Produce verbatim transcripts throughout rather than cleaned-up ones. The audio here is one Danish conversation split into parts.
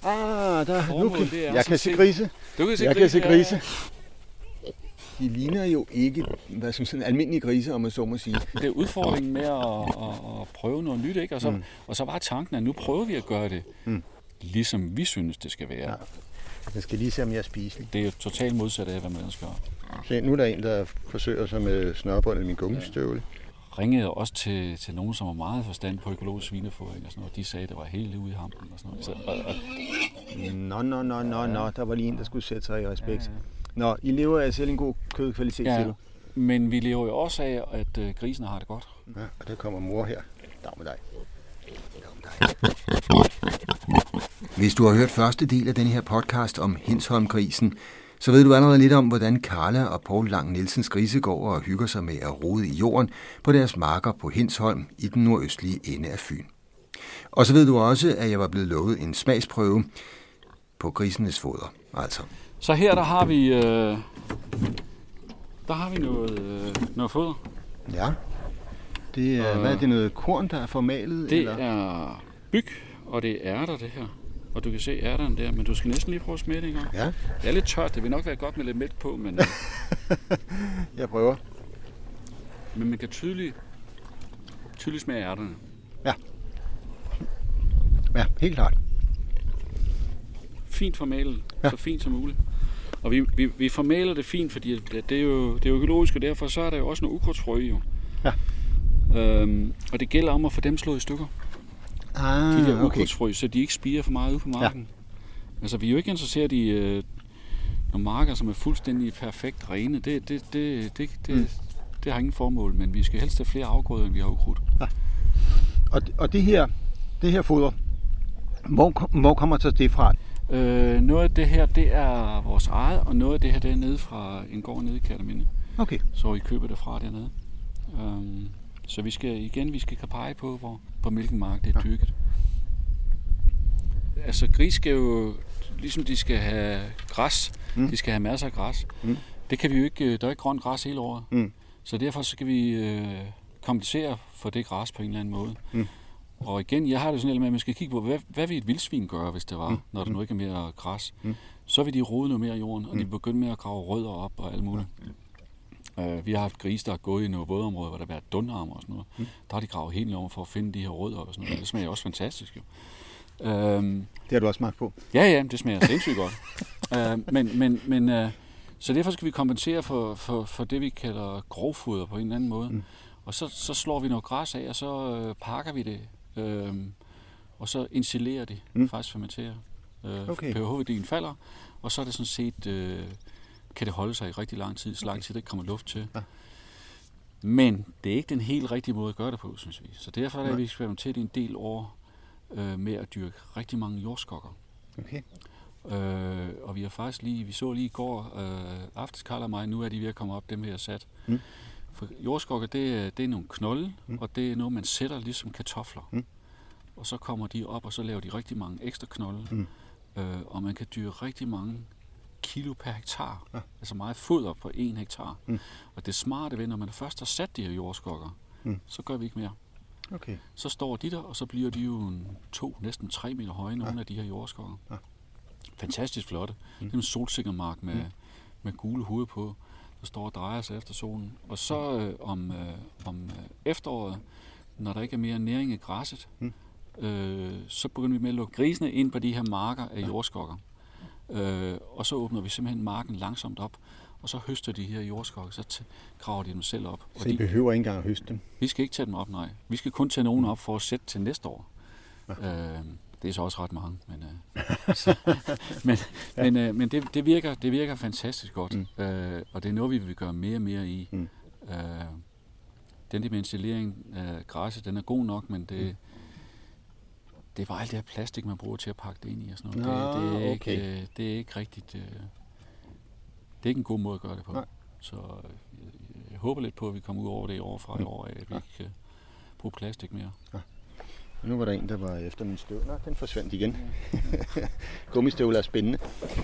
Ah, der, Formål, nu kan, det er jeg kan se grise. Du kan se jeg grise, kan se grise. De ligner jo ikke, hvad som sådan almindelige grise, om man så må sige. Det er udfordringen med at, at, at prøve noget nyt, ikke? Og så, mm. og så var tanken, at nu prøver vi at gøre det, mm. ligesom vi synes, det skal være. Ja. Jeg skal lige se, om jeg er spiselig. Det er jo totalt modsat af, hvad man ellers gør. Se, nu er der en, der forsøger sig med snørbåndet i min gummistøvle. Ringede også til, til nogen, som var meget forstand på økologisk svinefodring og sådan noget. De sagde, at det var helt ude i hampen og sådan noget. Så, og, og... Nå, nå, nå, nå, nå. Der var lige en, der skulle sætte sig i respekt. Ja, ja. Nå, I lever af selv en god kødkvalitet, ja, siger du? Men vi lever jo også af, at uh, grisene har det godt. Ja, og der kommer mor her. Dag med dig. Dag med dig. Hvis du har hørt første del af den her podcast om Hindsholm-grisen, så ved du allerede lidt om, hvordan Carla og Poul Lang Nielsens grise går og hygger sig med at rode i jorden på deres marker på Hindsholm i den nordøstlige ende af Fyn. Og så ved du også, at jeg var blevet lovet en smagsprøve på grisenes foder. Altså. Så her der har vi, øh, der har vi noget, øh, noget foder. Ja. Det er, øh, hvad er det, noget korn, der er formalet? Det eller? er byg, og det er ærter, det her. Og du kan se ærterne der, men du skal næsten lige prøve at smage det en gang. Ja. Det er lidt tørt, det vil nok være godt med lidt mælk på, men... Jeg prøver. Men man kan tydeligt, tydeligt smage ærterne. Ja. Ja, helt klart. Fint formalet, ja. Så fint som muligt. Og vi, vi, vi formaler det fint, fordi det, det er jo det er økologisk, og derfor så er der jo også noget ukrudtsfrø jo. Ja. Øhm, og det gælder om at få dem slået i stykker. Ah, de der okay. ukrudtsfrø, så de ikke spirer for meget ude på marken. Ja. Altså, vi er jo ikke interesseret i øh, nogle marker, som er fuldstændig perfekt rene. Det, det, det, det, det, mm. det har ingen formål, men vi skal helst have flere afgrøder, end vi har ukrudt. Ja. Og, og det her, det her foder, hvor, hvor kommer så det fra? Øh, noget af det her, det er vores eget, og noget af det her, det er nede fra en gård nede i Kerteminde. Okay. Så vi køber det fra dernede. Um, så vi skal igen, vi skal kan pege på, hvor på hvilken mark det er dyrket. Ja. Altså gris skal jo, ligesom de skal have græs, mm. de skal have masser af græs. Mm. Det kan vi jo ikke, der er ikke grønt græs hele året. Mm. Så derfor skal vi øh, kompensere for det græs på en eller anden måde. Mm. Og igen, jeg har det sådan med, at man skal kigge på, hvad, hvad vil et vildsvin gøre, hvis det var, mm. når der nu ikke er mere græs. Mm. Så vil de rode noget mere i jorden, og de begynder med at grave rødder op og alt muligt. Mm. Uh, vi har haft grise, der er gået i nogle vådområder, hvor der har været dundarmer og sådan noget. Mm. Der har de gravet helt over for at finde de her rødder og sådan noget. Det smager også fantastisk jo. Um, det har du også smagt på? Ja, ja, det smager sindssygt godt. uh, men, men, men, uh, så derfor skal vi kompensere for, for, for det, vi kalder grovfoder på en eller anden måde. Mm. Og så, så slår vi noget græs af, og så uh, pakker vi det. Øhm, og så insilerer de, mm. faktisk fermenterer. Øh, okay. pH-værdien falder, og så er det sådan set, øh, kan det holde sig i rigtig lang tid, så lang tid der ikke kommer luft til. Ja. Men det er ikke den helt rigtige måde at gøre det på, synes vi. Så derfor er det, at vi eksperimenteret i en del år øh, med at dyrke rigtig mange jordskokker. Okay. Øh, og vi har faktisk lige, vi så lige i går, øh, aftes Karl og mig, nu er de ved at komme op, dem her sat. Mm. For jordskokker, det, det er nogle knolde, mm. og det er noget, man sætter ligesom kartofler. Mm. Og så kommer de op, og så laver de rigtig mange ekstra knolde. Mm. Øh, og man kan dyrke rigtig mange kilo per hektar. Ja. Altså meget foder på en hektar. Mm. Og det smarte ved, når man først har sat de her jordskokker, mm. så gør vi ikke mere. Okay. Så står de der, og så bliver de jo en, to, næsten tre meter høje, nogle ja. af de her jordskokker. Ja. Fantastisk flotte. Mm. Det er en solsikkermark med, mm. med gule hoved på. Der står og drejer sig efter solen. Og så øh, om, øh, om øh, efteråret, når der ikke er mere næring i græsset, mm. øh, så begynder vi med at lukke grisene ind på de her marker af jordskokker. Øh, og så åbner vi simpelthen marken langsomt op, og så høster de her jordskokker, så t- graver de dem selv op. Så I behøver ikke engang at høste dem? Vi skal ikke tage dem op, nej. Vi skal kun tage nogen op for at sætte til næste år. Ja. Øh, det er så også ret mange, men, øh, så, men, ja. men, øh, men det, det, virker, det virker fantastisk godt, mm. øh, og det er noget, vi vil gøre mere og mere i. Mm. Øh, den dimensionering af græsset, den er god nok, men det, mm. det er bare alt det her plastik, man bruger til at pakke det ind i. Og sådan noget. Nå, det, det, er okay. ikke, øh, det er ikke rigtigt... Øh, det er ikke en god måde at gøre det på. Nej. Så jeg, jeg håber lidt på, at vi kommer ud over det i år fra i år af, at vi ja. ikke kan bruge plastik mere. Ja. Nu var der en, der var efter min støv. Nå, den forsvandt igen. Gummistøvler er spændende.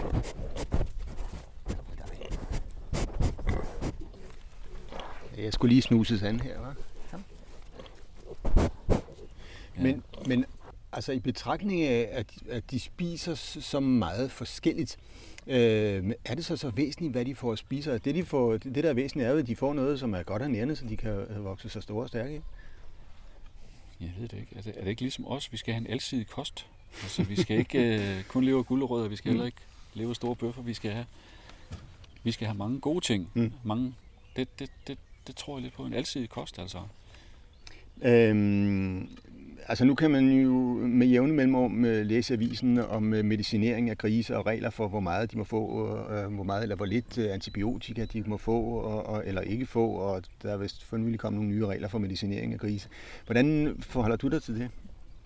Jeg skulle lige snuses an her, hva'? Ja. Men, men Altså i betragtning af, at, at de spiser så meget forskelligt, øh, er det så så væsentligt, hvad de får at spise? Det, de får, det der er væsentligt er jo, at de får noget, som er godt og nærende, så de kan vokse så store og stærke. Jeg ved det ikke. Er det, er det ikke ligesom os? Vi skal have en alsidig kost. Altså, vi skal ikke øh, kun leve af gulerødder, vi skal heller ikke leve af store bøffer. Vi skal have, vi skal have mange gode ting. Mm. Mange, det, det, det, det tror jeg lidt på. En alsidig kost, altså. Øhm, altså nu kan man jo med jævne mellemrum læse avisen om medicinering af grise og regler for, hvor meget de må få, øh, hvor meget eller hvor lidt antibiotika de må få og, og, eller ikke få, og der er vist for nylig kommet nogle nye regler for medicinering af grise. Hvordan forholder du dig til det?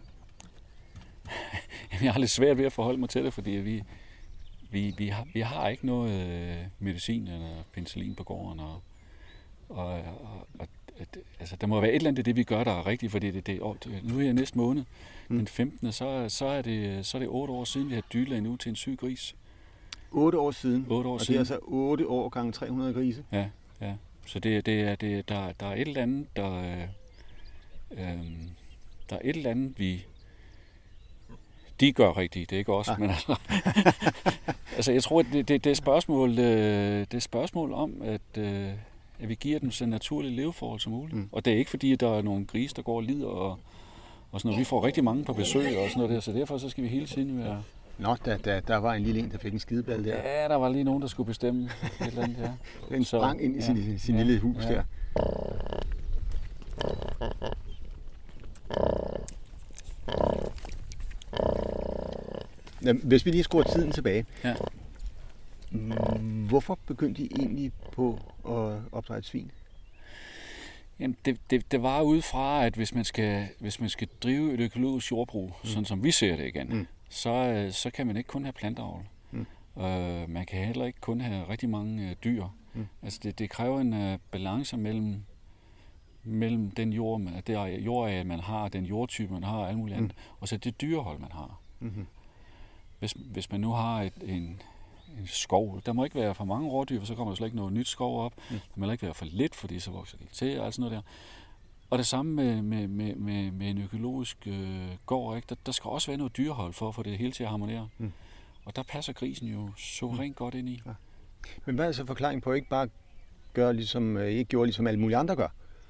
Jeg har lidt svært ved at forholde mig til det, fordi vi, vi, vi, har, vi har ikke noget medicin eller penicillin på gården, og, og, og, og altså, der må være et eller andet det, vi gør, der er rigtigt, fordi det, det, nu er jeg næste måned, mm. den femtende så, så, er det, så er det otte år siden, vi har dylet en uge til en syg gris. Otte år siden? Otte år og siden. Det er altså otte år gange tre hundrede grise? Ja, ja. Så det, det er, det, der, der er et eller andet, der, øh, der er et eller andet, vi de gør rigtigt, det er ikke os, ah. men altså, altså jeg tror, det, det, det er spørgsmål, det er spørgsmål om, at at vi giver dem så naturlige leveforhold som muligt. Mm. Og det er ikke fordi, at der er nogle grise, der går og lider, og, og sådan noget. Vi får rigtig mange på besøg og sådan noget der, så derfor så skal vi hele tiden være... Nå, der, der, der var en lille en, der fik en skideball der. Ja, der var lige nogen, der skulle bestemme et eller andet, ja. Den sprang så, ind i sin, ja, sin ja, lille hus ja. der. Hvis vi lige skruer tiden tilbage. Ja. Hvorfor begyndte I egentlig på at opdrætte et svin? Jamen, det, det, det var ud fra, at hvis man skal, hvis man skal drive et økologisk jordbrug, mm. sådan som vi ser det igen, mm. så, så kan man ikke kun have planteavl. Mm. Uh, man kan heller ikke kun have rigtig mange uh, dyr. Mm. Altså, det, det kræver en uh, balance mellem, mellem den jord, det jordareal, man har, den jordtype, man har, og alt muligt andet, mm. og så det dyrehold, man har. Mm-hmm. Hvis, hvis man nu har et, en en skov. Der må ikke være for mange rådyr, for så kommer der slet ikke noget nyt skov op. Mm. Der må ikke være for lidt, fordi så vokser det til og alt sådan noget der. Og det samme med, med, med, med, med en økologisk øh, gård. Ikke? Der, der skal også være noget dyrehold for at få det hele til at harmonere. Mm. Og der passer grisen jo suverænt mm. godt ind i. Ja. Men hvad er så forklaringen på at ikke bare gøre ligesom, ikke gjorde ligesom alle mulige andre gør?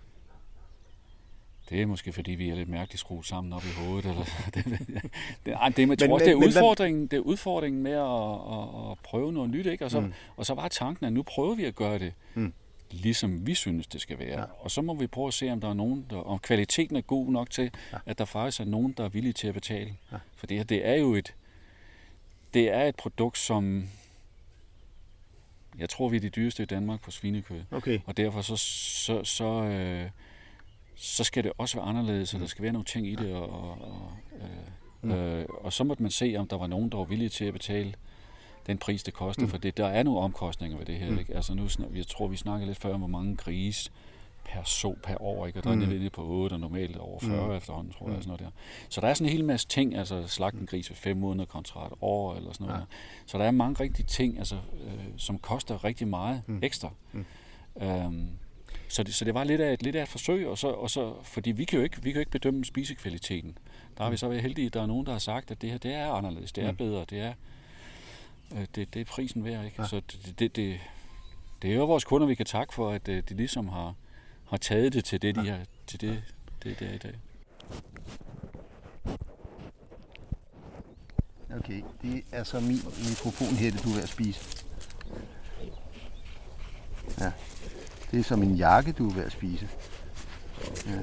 Det er måske fordi, vi er lidt mærkeligt skruet sammen op i hovedet. Eller, det, det, det, det, men, tror, men, det, er udfordringen, det er udfordringen med at, at, at prøve noget nyt. Ikke? Og, så, mm. og så var tanken, at nu prøver vi at gøre det, mm. ligesom vi synes, det skal være. Ja. Og så må vi prøve at se, om der er nogen, der, om kvaliteten er god nok til, ja. at der faktisk er nogen, der er villige til at betale. Ja. For det her, det er jo et, det er et produkt, som jeg tror, vi er de dyreste i Danmark på svinekød. Okay. Og derfor så, så, så øh, så skal det også være anderledes, så der skal være nogle ting i det, og, og, øh, mm. øh, og så måtte man se, om der var nogen, der var villige til at betale den pris, det koster, mm. for det, der er nogle omkostninger ved det her. Mm. Ikke? Altså nu, jeg tror, vi snakker lidt før om, hvor mange grise per så per år, ikke? Og der er nede på otte, og normalt over fyrre mm. efterhånden, tror jeg. Mm. Sådan noget der. Så der er sådan en hel masse ting, altså slagte en gris ved fem måneder kontra et år, eller sådan noget. Ja. Der. Så der er mange rigtige ting, altså, øh, som koster rigtig meget mm. ekstra. Mm. Øhm, Så det, så det var lidt af et, lidt af et forsøg, og så, og så, fordi vi kan jo ikke, vi kan jo ikke bedømme spisekvaliteten. Der har vi så været heldige, at der er nogen, der har sagt, at det her det er anderledes, det er bedre, det er, øh, det, det er prisen værd. Ikke? Ja. Så det, det, det, det er jo vores kunder, vi kan takke for, at de ligesom har, har taget det til det, de har, til det, det, det er i dag. Okay, det er så min mikrofonhætte, du er ved at spise. Ja. Det er som en jakke, du er ved at spise. Ja.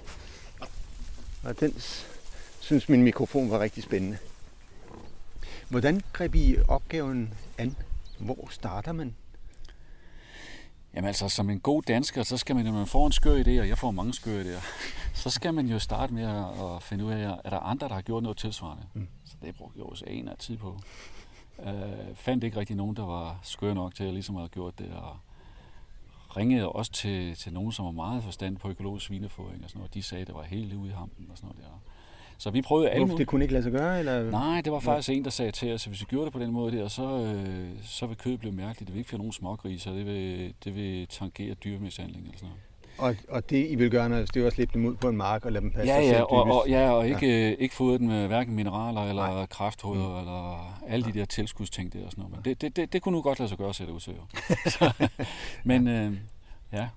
Og den synes min mikrofon var rigtig spændende. Hvordan greb I opgaven an? Hvor starter man? Jamen altså, som en god dansker, så skal man, når man får en skør idé, og jeg får mange skøre idéer, så skal man jo starte med at finde ud af, er der andre, der har gjort noget tilsvarende. Mm. Så det brugte jeg også en af tid på. Uh, fandt ikke rigtig nogen, der var skør nok til, at jeg ligesom havde gjort det, og ringede også til, til nogen, som var meget forstand på økologisk svinefodring og sådan noget. De sagde, at det var helt ude i hampen og sådan noget der. Så vi prøvede alle mulige... Det kunne ikke lade sig gøre, eller? Nej, det var faktisk ja. en, der sagde til os, at hvis vi gjorde det på den måde der, så, øh, så vil kødet blive mærkeligt. Det vil ikke få nogen smågriser, det vil, det vil tangere dyremishandling eller sådan noget. Og, og det, I vil gøre, når det er at slippe dem ud på en mark og lade dem passe ja, sig ja, selv og, og, ja, og ikke, ja. øh, ikke fodre den med hverken mineraler eller Nej. kraftfoder Mm. eller alle de der tilskudsting der og sådan noget. Men det, det, det, det kunne nu godt lade sig gøre at sætte ud til. Så, men øh, ja.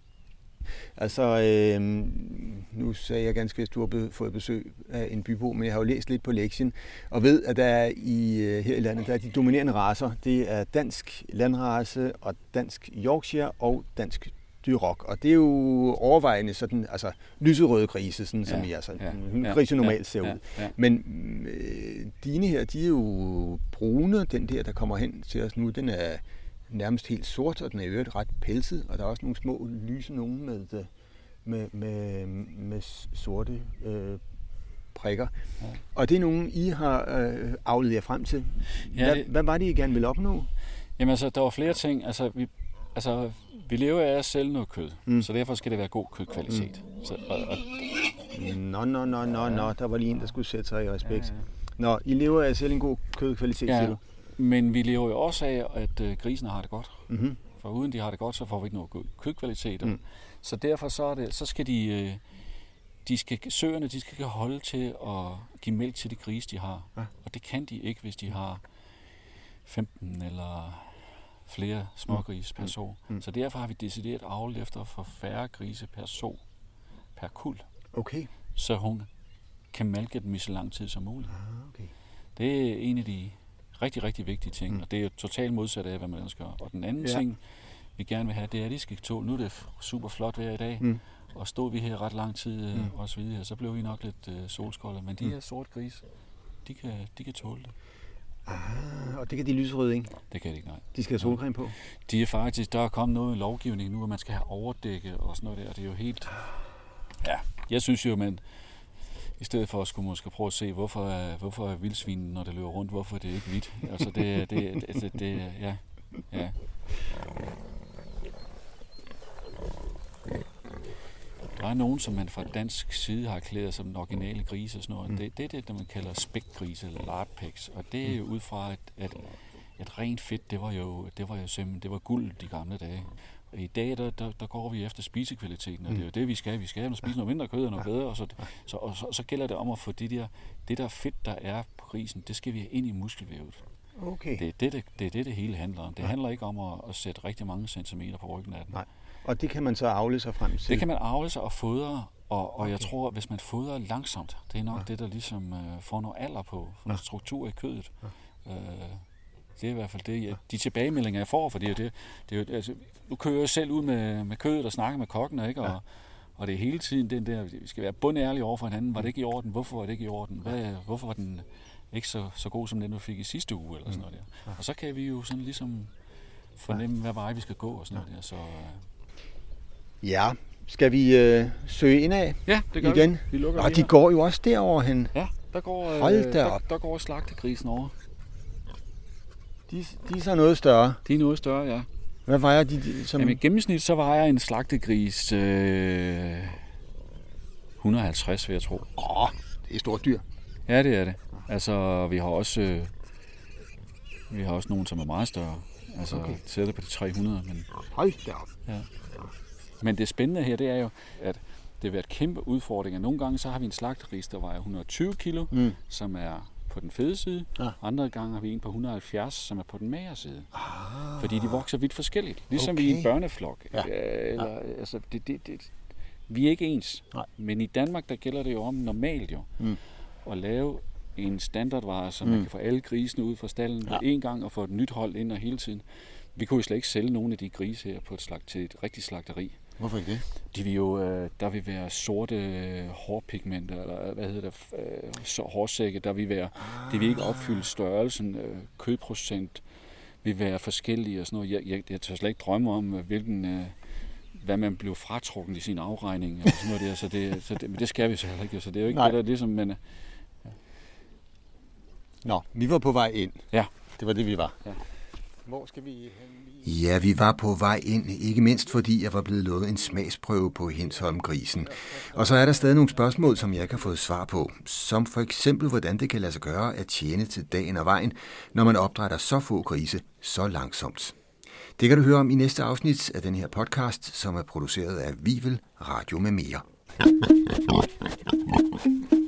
Altså, øh, nu sagde jeg ganske vist, at du har fået besøg af en bybo, men jeg har jo læst lidt på lektien, og ved, at der er i, her i landet, der er de dominerende racer. Det er dansk landrace og dansk Yorkshire og dansk Duroc. Og det er jo overvejende sådan, altså lyserøde grise, sådan, ja, som I altså, ja, grise normalt ja, ser ud. Ja, ja. Men øh, dine her, de er jo brune. Den der, der kommer hen til os nu, den er nærmest helt sort, og den er i øvrigt ret pelset, og der er også nogle små lyse nogen med, med, med, med sorte øh, prikker. Ja. Og det er nogen, I har øh, avlet jer frem til. Hvad, ja, det... hvad var det, I gerne ville opnå? Jamen altså, der var flere ting. Altså, vi, altså, vi lever af at sælge noget kød, mm. så derfor skal det være god kødkvalitet. Mm. Så, og, og... Nå, nå, nå, nå, nå, der var lige en, der skulle sætte sig i respekt. Ja, ja. Nå, I lever af at sælge en god kødkvalitet, ja. siger du? Men vi lever jo også af, at øh, grisene har det godt. Mm-hmm. For uden de har det godt, så får vi ikke noget kødkvalitet. Mm. Så derfor så, er det, så skal de, øh, de skal, søerne de skal holde til at give mælk til de grise, de har. Ja. Og det kan de ikke, hvis de har femten eller flere smågrise mm. per så. Mm. Så derfor har vi decideret avlet efter for færre grise per så, per kuld. Okay. Så hun kan mælke dem i så lang tid som muligt. Ah, okay. Det er en af de rigtig, rigtig vigtige ting, mm. og det er jo totalt modsat af, hvad man ellers gør. Og den anden ja. ting, vi gerne vil have, det er, at de skal tåle. Nu er det super flot vejr i dag, mm. og stod vi her ret lang tid mm. og så videre, så blev vi nok lidt uh, solskolder. Men de mm. her sorte grise, de kan, de kan tåle det. Ah, og det kan de lyserøde, ikke? Det kan de ikke, nej. De skal have solcreme på? De er faktisk, der er kommet noget i lovgivningen nu, at man skal have overdække og sådan noget der, og det er jo helt... Ja, jeg synes jo, men i stedet for at skulle måske prøve at se, hvorfor, hvorfor er vildsvinen, når det løber rundt, hvorfor er det ikke hvidt? Altså det, det, det, det, det ja, ja. Der er nogen, som man fra dansk side har erklæret som den originale grise og sådan noget. Mm. Det, det er det, der man kalder spækgrise eller lardpæks. Og det er jo ud fra, at, at, at rent fedt, det var jo, det var jo simpelthen, det var guld de gamle dage. Og i dag, der, der, der går vi efter spisekvaliteten, og det er jo det, vi skal. Vi skal have spise noget mindre kød og noget bedre, og så, så, og så, så gælder det om at få det der, det der fedt, der er på grisen, det skal vi have ind i muskelvævet. Okay. Det er det, det, det, er det, det hele handler om. Det ja. handler ikke om at, at sætte rigtig mange centimeter på ryggen af den. Nej. Og det kan man så avle sig frem til? Det kan man avle sig og fodre, og, og okay. jeg tror, at hvis man fodrer langsomt, det er nok ja. det, der ligesom uh, får noget alder på, får noget struktur i kødet. Ja. Uh, det er i hvert fald det, jeg, de tilbagemeldinger, jeg får, for det er det, det er jo, altså, nu kører jeg selv ud med, med kødet og snakker med kokken, ikke? Og, ja. og det er hele tiden den der, vi skal være bundærlige over for hinanden. Var det ikke i orden? Hvorfor var det ikke i orden? Hvad, hvorfor var den ikke så, så god, som den, du fik i sidste uge? Eller sådan noget der. Og så kan vi jo sådan ligesom fornemme, hvad vej vi skal gå og sådan noget der. Så, uh... ja, skal vi øh, søge indad? Ja, det gør igen? vi. vi lukker og de her. Går jo også derover hen. Ja, der går, øh, Hold der, der går slagtegrisen over. De, de er så noget større? De er noget større, ja. Hvad vejer de? de som... Jamen, i gennemsnit så vejer en slagtegris øh, et hundrede og halvtreds, vil jeg tro. Åh, oh, det er stort dyr. Ja, det er det. Altså, vi har også, øh, vi har også nogle, som er meget større. Altså, okay. Sætter på de tre hundrede. Men... Hold da op. Ja. Men det spændende her, det er jo, at det har været kæmpe udfordringer. Nogle gange så har vi en slagtegris, der vejer et hundrede og tyve kilo, mm. som er på den fede side. Ja. Andre gange har vi en på et hundrede og halvfjerds, som er på den magre side. Ah. Fordi de vokser vidt forskelligt. Ligesom okay. vi er en børneflok. Ja. Eller, ja. Altså, det, det, det, vi er ikke ens. Nej. Men i Danmark, der gælder det jo om normalt jo. Mm. At lave en standardvare, så mm. man kan få alle grisene ud fra stallen ja. en gang og få et nyt hold ind og hele tiden. Vi kunne jo slet ikke sælge nogle af de grise her på et, slag, til et rigtigt slagteri. Hvorfor ikke det? De vil jo, der vil være sorte hårpigmenter, eller hvad hedder det, hårsække, der vil være, ah. det vil ikke opfylde størrelsen, kødprocent vil være forskellige og sådan noget. Jeg, jeg, jeg tør slet ikke drømme om, hvilken, hvad man blev fratrukken i sin afregning, og sådan noget der, så det, så det, men det skal vi så heller ikke, så det er jo ikke Nej. det, der ligesom, men... Ja. Nå, vi var på vej ind. Ja. Det var det, vi var. Ja. Hvor skal vi hen? Ja, vi var på vej ind, ikke mindst fordi jeg var blevet lovet en smagsprøve på Hindsholm-grisen. Og så er der stadig nogle spørgsmål, som jeg ikke har fået svar på. Som for eksempel, hvordan det kan lade sig gøre at tjene til dagen og vejen, når man opdrætter så få grise så langsomt. Det kan du høre om i næste afsnit af den her podcast, som er produceret af Vivel Radio med mere.